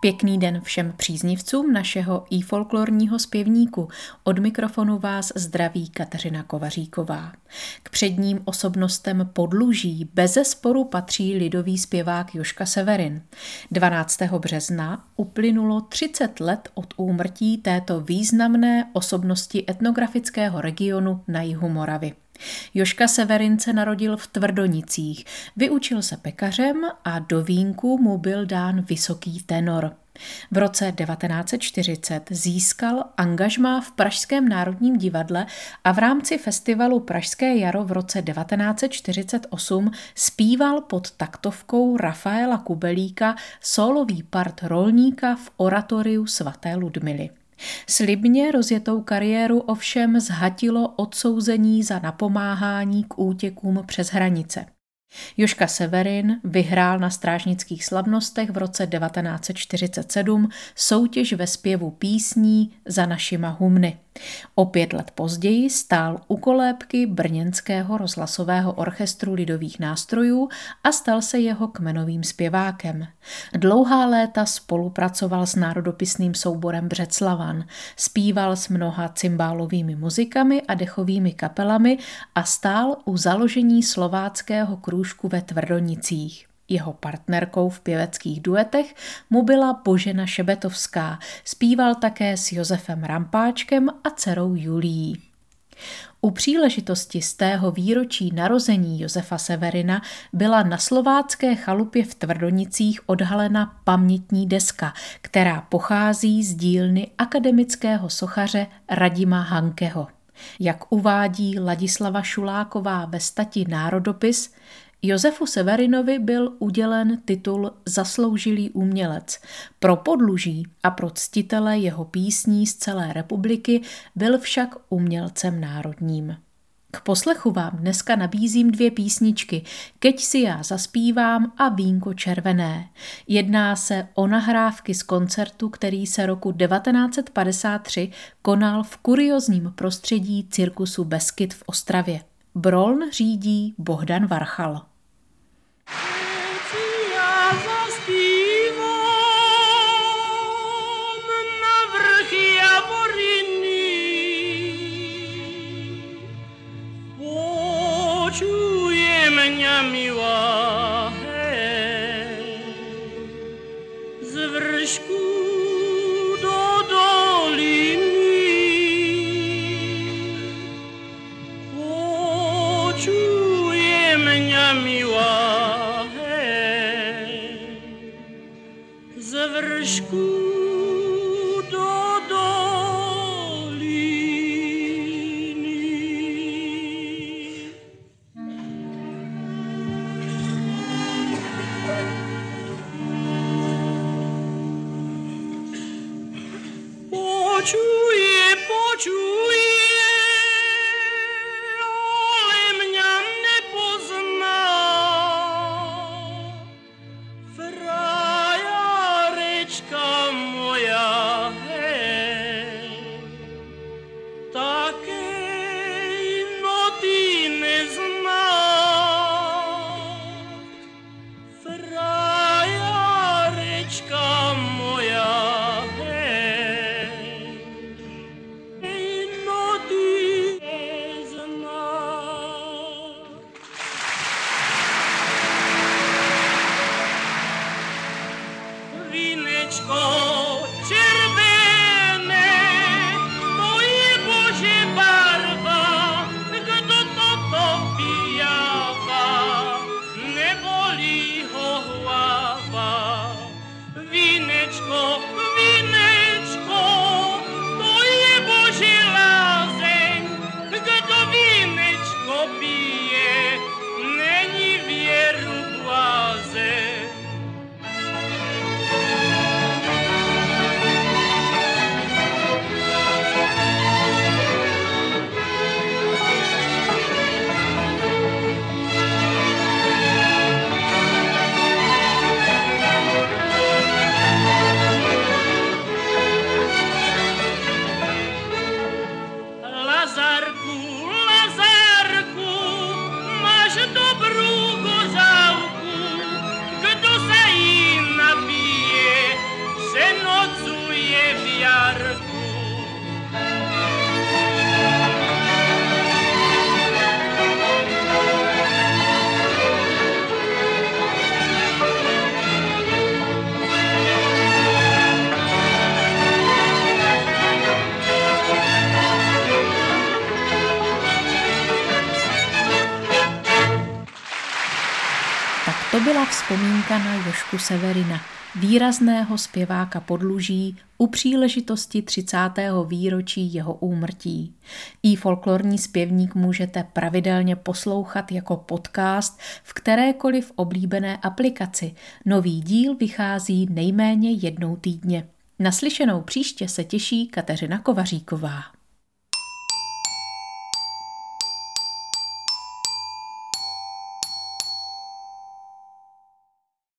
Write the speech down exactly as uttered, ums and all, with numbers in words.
Pěkný den všem příznivcům našeho i folklorního zpěvníku. Od mikrofonu vás zdraví Kateřina Kovaříková. K předním osobnostem Podluží bezesporu patří lidový zpěvák Jožka Severin. dvanáctého března uplynulo třicet let od úmrtí této významné osobnosti etnografického regionu na jihu Moravy. Jožka Severin se narodil v Tvrdonicích, vyučil se pekařem a do vínku mu byl dán vysoký tenor. V roce devatenáct set čtyřicet získal angažmá v Pražském národním divadle a v rámci festivalu Pražské jaro v roce devatenáct set čtyřicet osm zpíval pod taktovkou Rafaela Kubelíka sólový part rolníka v oratoriu svaté Ludmily. Slibně rozjetou kariéru ovšem zhatilo odsouzení za napomáhání k útěkům přes hranice. Jožka Severin vyhrál na strážnických slavnostech v roce devatenáct set čtyřicet sedm soutěž ve zpěvu písní Za našima humny. O pět let později stál u kolébky brněnského rozhlasového orchestru lidových nástrojů a stal se jeho kmenovým zpěvákem. Dlouhá léta spolupracoval s národopisným souborem Břeclavan, zpíval s mnoha cymbálovými muzikami a dechovými kapelami a stál u založení slováckého krůžku ve Tvrdonicích. Jeho partnerkou v pěveckých duetech mu byla Božena Šebetovská, zpíval také s Josefem Rampáčkem a dcerou Julií. U příležitosti stého výročí narození Josefa Severina byla na slovácké chalupě v Tvrdonicích odhalena pamětní deska, která pochází z dílny akademického sochaře Radima Hankeho. Jak uvádí Ladislava Šuláková ve stati Národopis, Josefu Severinovi byl udělen titul Zasloužilý umělec. Pro Podluží a pro ctitele jeho písní z celé republiky byl však umělcem národním. K poslechu vám dneska nabízím dvě písničky, Keť si já zaspívám a Vínko červené. Jedná se o nahrávky z koncertu, který se roku devatenáct set padesát tři konal v kuriózním prostředí cirkusu Beskyd v Ostravě. Broln řídí Bohdan Varchal. Milá, hej, z vršku do doliny, počuje mňa milá, hej, z vršku do doliny. Počuje, počuje, ale mňa nepozná. Frajarečka moja, hej, takej noty nezná. Frajarečka moja, byla vzpomínka na Jožku Severina, výrazného zpěváka Podluží u příležitosti třicátého výročí jeho úmrtí. I folklorní zpěvník můžete pravidelně poslouchat jako podcast v kterékoliv oblíbené aplikaci. Nový díl vychází nejméně jednou týdně. Naslyšenou příště se těší Kateřina Kovaříková.